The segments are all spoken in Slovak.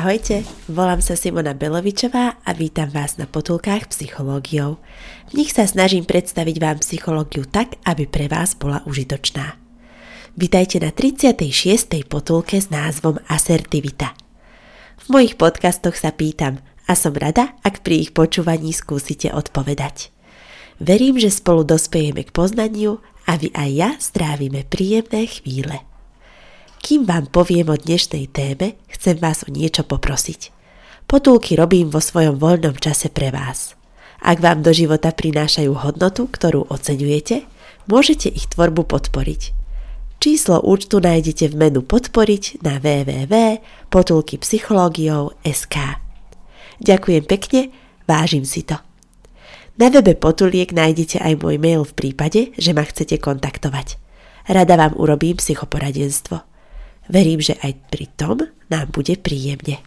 Ahojte, volám sa Simona Belovičová a vítam vás na potulkách psychológiou. V nich sa snažím predstaviť vám psychológiu tak, aby pre vás bola užitočná. Vítajte na 36. potulke s názvom Asertivita. V mojich podcastoch sa pýtam a som rada, ak pri ich počúvaní skúsite odpovedať. Verím, že spolu dospejeme k poznaniu a vy aj ja strávime príjemné chvíle. Kým vám poviem o dnešnej téme, chcem vás o niečo poprosiť. Potulky robím vo svojom voľnom čase pre vás. Ak vám do života prinášajú hodnotu, ktorú oceňujete, môžete ich tvorbu podporiť. Číslo účtu nájdete v menu podporiť na www.potulkypsychologiou.sk. Ďakujem pekne, vážim si to. Na webe Potuliek nájdete aj môj mail v prípade, že ma chcete kontaktovať. Rada vám urobím psychoporadenstvo. Verím, že aj pri tom nám bude príjemne.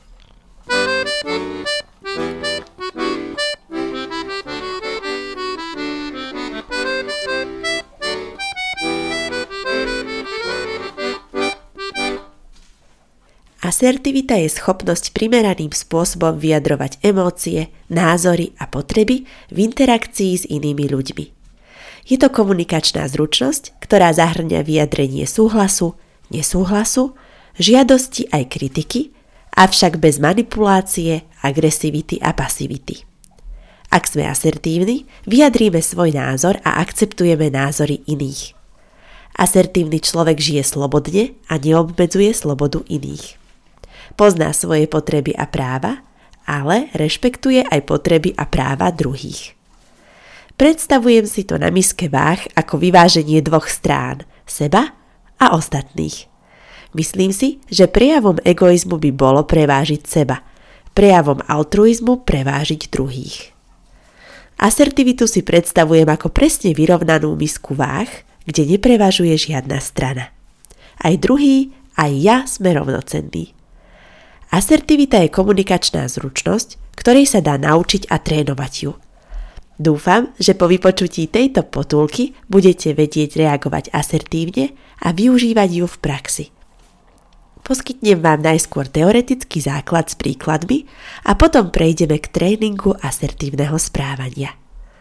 Asertivita je schopnosť primeraným spôsobom vyjadrovať emócie, názory a potreby v interakcii s inými ľuďmi. Je to komunikačná zručnosť, ktorá zahŕňa vyjadrenie súhlasu, nesúhlasu, žiadosti aj kritiky, avšak bez manipulácie, agresivity a pasivity. Ak sme asertívni, vyjadríme svoj názor a akceptujeme názory iných. Asertívny človek žije slobodne a neobmedzuje slobodu iných. Pozná svoje potreby a práva, ale rešpektuje aj potreby a práva druhých. Predstavujem si to na miske váh ako vyváženie dvoch strán, seba a ostatných. Myslím si, že prejavom egoizmu by bolo prevážiť seba, prejavom altruizmu prevážiť druhých. Asertivitu si predstavujem ako presne vyrovnanú misku váh, kde neprevažuje žiadna strana. Aj druhý, aj ja sme rovnocenní. Asertivita je komunikačná zručnosť, ktorej sa dá naučiť a trénovať ju. Dúfam, že po vypočutí tejto potulky budete vedieť reagovať asertívne a využívať ju v praxi. Poskytnem vám najskôr teoretický základ s príkladmi a potom prejdeme k tréningu asertívneho správania.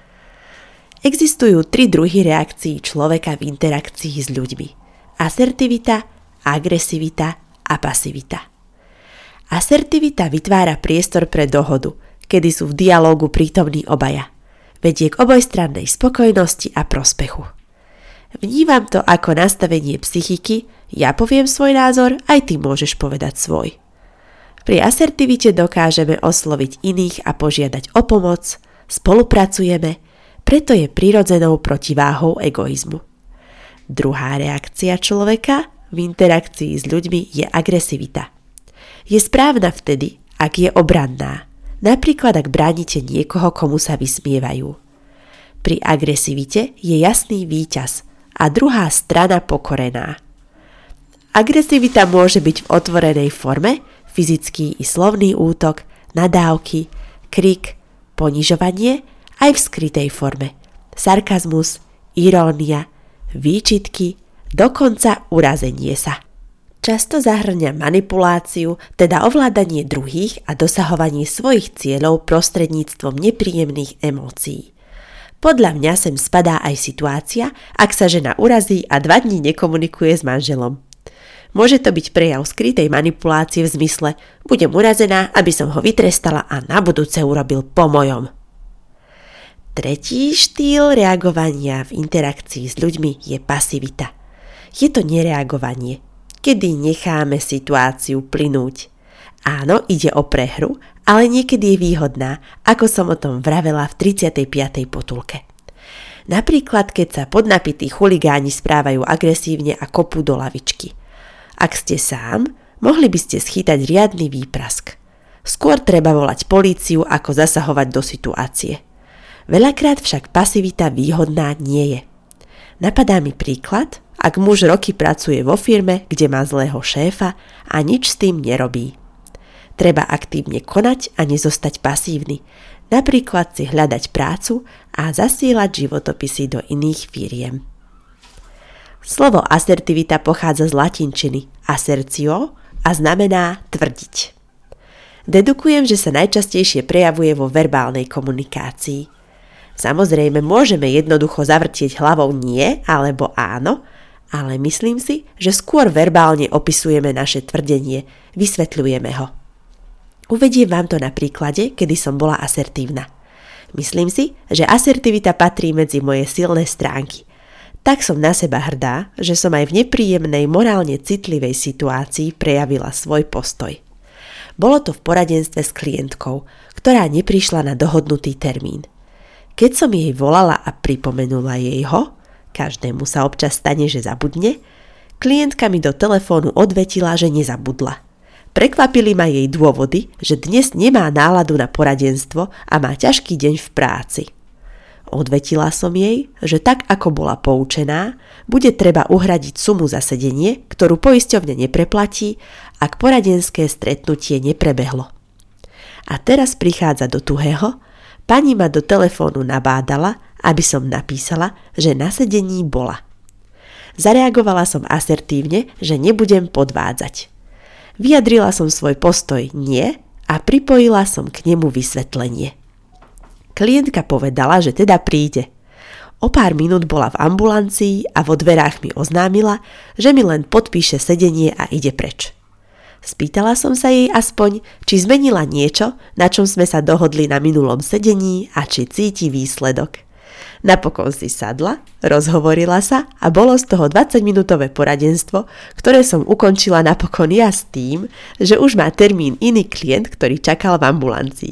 Existujú 3 druhy reakcií človeka v interakcii s ľuďmi. Asertivita, agresivita a pasivita. Asertivita vytvára priestor pre dohodu, kedy sú v dialógu prítomní obaja. Vedie k obojstrannej spokojnosti a prospechu. Vnímam to ako nastavenie psychiky, ja poviem svoj názor, aj ty môžeš povedať svoj. Pri asertivite dokážeme osloviť iných a požiadať o pomoc, spolupracujeme, preto je prirodzenou protiváhou egoizmu. Druhá reakcia človeka v interakcii s ľuďmi je agresivita. Je správna vtedy, ak je obranná. Napríklad, ak bránite niekoho, komu sa vysmievajú. Pri agresivite je jasný víťaz a druhá strana pokorená. Agresivita môže byť v otvorenej forme, fyzický i slovný útok, nadávky, krik, ponižovanie, aj v skrytej forme, sarkazmus, irónia, výčitky, dokonca urazenie sa. Často zahŕňa manipuláciu, teda ovládanie druhých a dosahovanie svojich cieľov prostredníctvom nepríjemných emócií. Podľa mňa sem spadá aj situácia, ak sa žena urazí a 2 dní nekomunikuje s manželom. Môže to byť prejav skrytej manipulácie v zmysle budem urazená, aby som ho vytrestala a na budúce urobil po mojom. Tretí štýl reagovania v interakcii s ľuďmi je pasivita. Je to nereagovanie, kedy necháme situáciu plynúť. Áno, ide o prehru, ale niekedy je výhodná, ako som o tom vravela v 35. potulke. Napríklad, keď sa podnapití chuligáni správajú agresívne a kopú do lavičky. Ak ste sám, mohli by ste schytať riadny výprask. Skôr treba volať políciu, ako zasahovať do situácie. Veľakrát však pasivita výhodná nie je. Napadá mi príklad, ak muž roky pracuje vo firme, kde má zlého šéfa a nič s tým nerobí. Treba aktívne konať a nezostať pasívny, napríklad si hľadať prácu a zasielať životopisy do iných firiem. Slovo asertivita pochádza z latinčiny asertio a znamená tvrdiť. Dedukujem, že sa najčastejšie prejavuje vo verbálnej komunikácii. Samozrejme, môžeme jednoducho zavrtieť hlavou nie alebo áno, ale myslím si, že skôr verbálne opisujeme naše tvrdenie, vysvetľujeme ho. Uvediem vám to na príklade, kedy som bola asertívna. Myslím si, že asertivita patrí medzi moje silné stránky. Tak som na seba hrdá, že som aj v nepríjemnej, morálne citlivej situácii prejavila svoj postoj. Bolo to v poradenstve s klientkou, ktorá neprišla na dohodnutý termín. Keď som jej volala a pripomenula jej ho, každému sa občas stane, že zabudne, klientka mi do telefónu odvetila, že nezabudla. Prekvapili ma jej dôvody, že dnes nemá náladu na poradenstvo a má ťažký deň v práci. Odvetila som jej, že tak ako bola poučená, bude treba uhradiť sumu za sedenie, ktorú poisťovne nepreplatí, ak poradenské stretnutie neprebehlo. A teraz prichádza do tuhého, pani ma do telefónu nabádala, aby som napísala, že na sedení bola. Zareagovala som asertívne, že nebudem podvádzať. Vyjadrila som svoj postoj nie a pripojila som k nemu vysvetlenie. Klientka povedala, že teda príde. O pár minút bola v ambulancii a vo dverách mi oznámila, že mi len podpíše sedenie a ide preč. Spýtala som sa jej aspoň, či zmenila niečo, na čom sme sa dohodli na minulom sedení a či cíti výsledok. Napokon si sadla, rozhovorila sa a bolo z toho 20-minútové poradenstvo, ktoré som ukončila napokon ja s tým, že už má termín iný klient, ktorý čakal v ambulancii.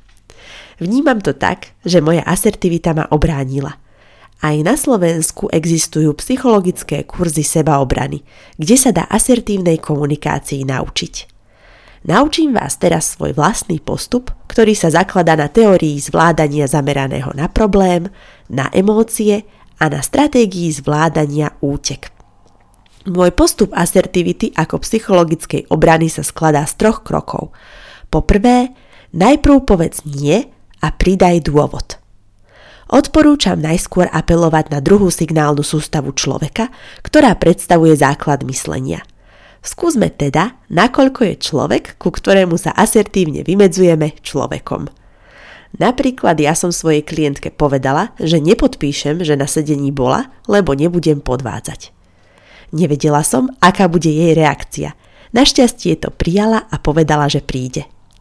Vnímam to tak, že moja asertivita ma obránila. Aj na Slovensku existujú psychologické kurzy sebaobrany, kde sa dá asertívnej komunikácii naučiť. Naučím vás teraz svoj vlastný postup, ktorý sa zakladá na teórii zvládania zameraného na problém, na emócie a na stratégii zvládania útek. Môj postup asertivity ako psychologickej obrany sa skladá z 3 krokov. Po prvé, najprv povedz nie a pridaj dôvod. Odporúčam najskôr apelovať na druhú signálnu sústavu človeka, ktorá predstavuje základ myslenia. Skúsme teda, nakoľko je človek, ku ktorému sa asertívne vymedzujeme, človekom. Napríklad ja som svojej klientke povedala, že nepodpíšem, že na sedení bola, lebo nebudem podvádzať. Nevedela som, aká bude jej reakcia. Našťastie to prijala a povedala, že príde.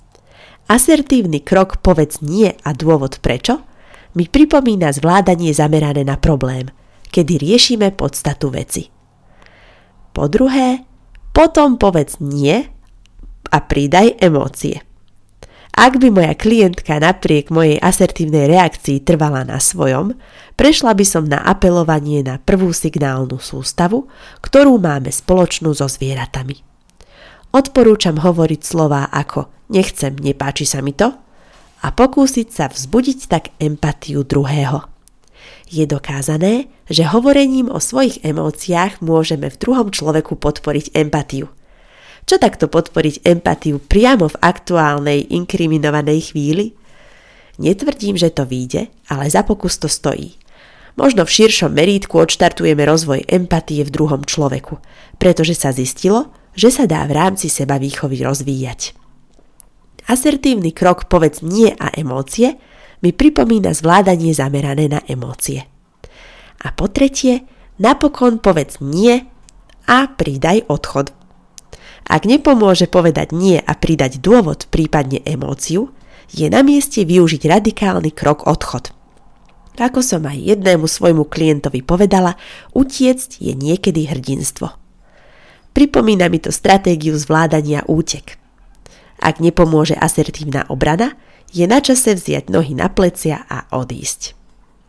Asertívny krok povedz nie a dôvod prečo mi pripomína zvládanie zamerané na problém, kedy riešime podstatu veci. Po druhé, potom povedz nie a pridaj emócie. Ak by moja klientka napriek mojej asertívnej reakcii trvala na svojom, prešla by som na apelovanie na prvú signálnu sústavu, ktorú máme spoločnú so zvieratami. Odporúčam hovoriť slová ako nechcem, nepáči sa mi to a pokúsiť sa vzbudiť tak empatiu druhého. Je dokázané, že hovorením o svojich emóciách môžeme v druhom človeku podporiť empatiu. Čo takto podporiť empatiu priamo v aktuálnej inkriminovanej chvíli? Netvrdím, že to vyjde, ale za pokus to stojí. Možno v širšom merítku odštartujeme rozvoj empatie v druhom človeku, pretože sa zistilo, že sa dá v rámci sebavýchovy rozvíjať. Asertívny krok povedz nie a emócie mi pripomína zvládanie zamerané na emócie. A po tretie, napokon povedz nie a pridaj odchod. Ak nepomôže povedať nie a pridať dôvod, prípadne emóciu, je na mieste využiť radikálny krok odchod. Ako som aj jednému svojmu klientovi povedala, utiecť je niekedy hrdinstvo. Pripomína mi to stratégiu zvládania útek. Ak nepomôže asertívna obrana, je na čase vziať nohy na plecia a odísť.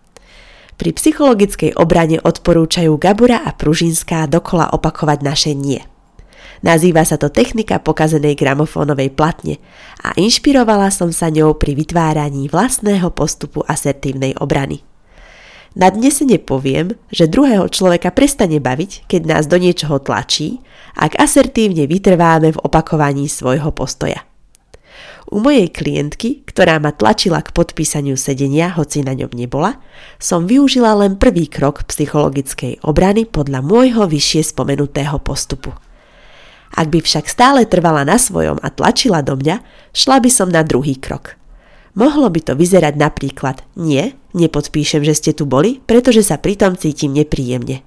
Pri psychologickej obrane odporúčajú Gabura a Pružinská dokola opakovať naše nie. Nazýva sa to technika pokazenej gramofónovej platne a inšpirovala som sa ňou pri vytváraní vlastného postupu asertívnej obrany. Nadnesene poviem, že druhého človeka prestane baviť, keď nás do niečoho tlačí, ak asertívne vytrváme v opakovaní svojho postoja. U mojej klientky, ktorá ma tlačila k podpísaniu sedenia, hoci na ňom nebola, som využila len prvý krok psychologickej obrany podľa môjho vyššie spomenutého postupu. Ak by však stále trvala na svojom a tlačila do mňa, šla by som na druhý krok. Mohlo by to vyzerať napríklad: nie, nepodpíšem, že ste tu boli, pretože sa pritom cítim nepríjemne.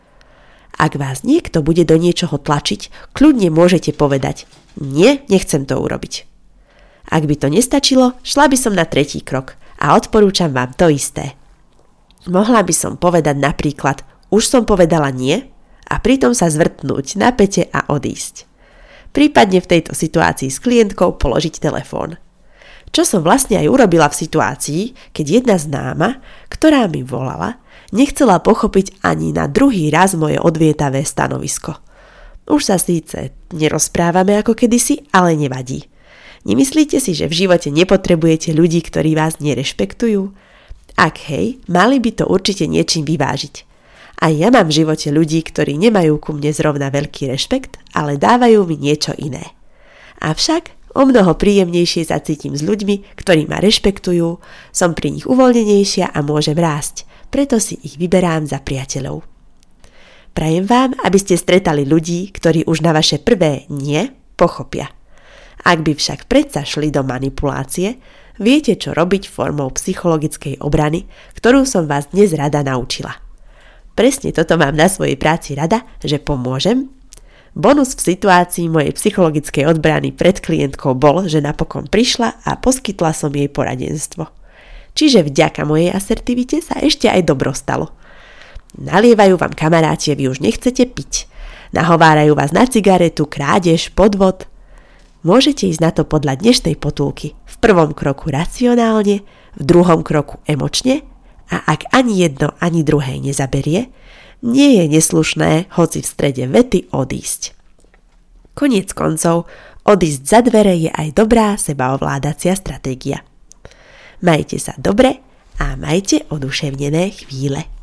Ak vás niekto bude do niečoho tlačiť, kľudne môžete povedať: nie, nechcem to urobiť. Ak by to nestačilo, šla by som na tretí krok a odporúčam vám to isté. Mohla by som povedať napríklad: už som povedala nie, a pritom sa zvrtnúť na pete a odísť. Prípadne v tejto situácii s klientkou položiť telefón. Čo som vlastne aj urobila v situácii, keď jedna známa, ktorá mi volala, nechcela pochopiť ani na druhý raz moje odvietavé stanovisko. Už sa síce nerozprávame ako kedysi, ale nevadí. Nemyslíte si, že v živote nepotrebujete ľudí, ktorí vás nerešpektujú? Ak hej, mali by to určite niečím vyvážiť. A ja mám v živote ľudí, ktorí nemajú ku mne zrovna veľký rešpekt, ale dávajú mi niečo iné. Avšak o mnoho príjemnejšie sa cítim s ľuďmi, ktorí ma rešpektujú, som pri nich uvoľnenejšia a môžem rásť, preto si ich vyberám za priateľov. Prajem vám, aby ste stretali ľudí, ktorí už na vaše prvé nie pochopia. Ak by však predsa šli do manipulácie, viete, čo robiť formou psychologickej obrany, ktorú som vás dnes rada naučila. Presne toto mám na svojej práci rada, že pomôžem. Bonus v situácii mojej psychologickej odbrany pred klientkou bol, že napokon prišla a poskytla som jej poradenstvo. Čiže vďaka mojej asertivite sa ešte aj dobro stalo. Nalievajú vám kamaráti, vy už nechcete piť. Nahovárajú vás na cigaretu, krádež, podvod. Môžete ísť na to podľa dnešnej potulky. V prvom kroku racionálne, v druhom kroku emočne, a ak ani jedno, ani druhé nezaberie, nie je neslušné, hoci v strede vety, odísť. Koniec koncov, odísť za dvere je aj dobrá sebaovládacia stratégia. Majte sa dobre a majte oduševnené chvíle.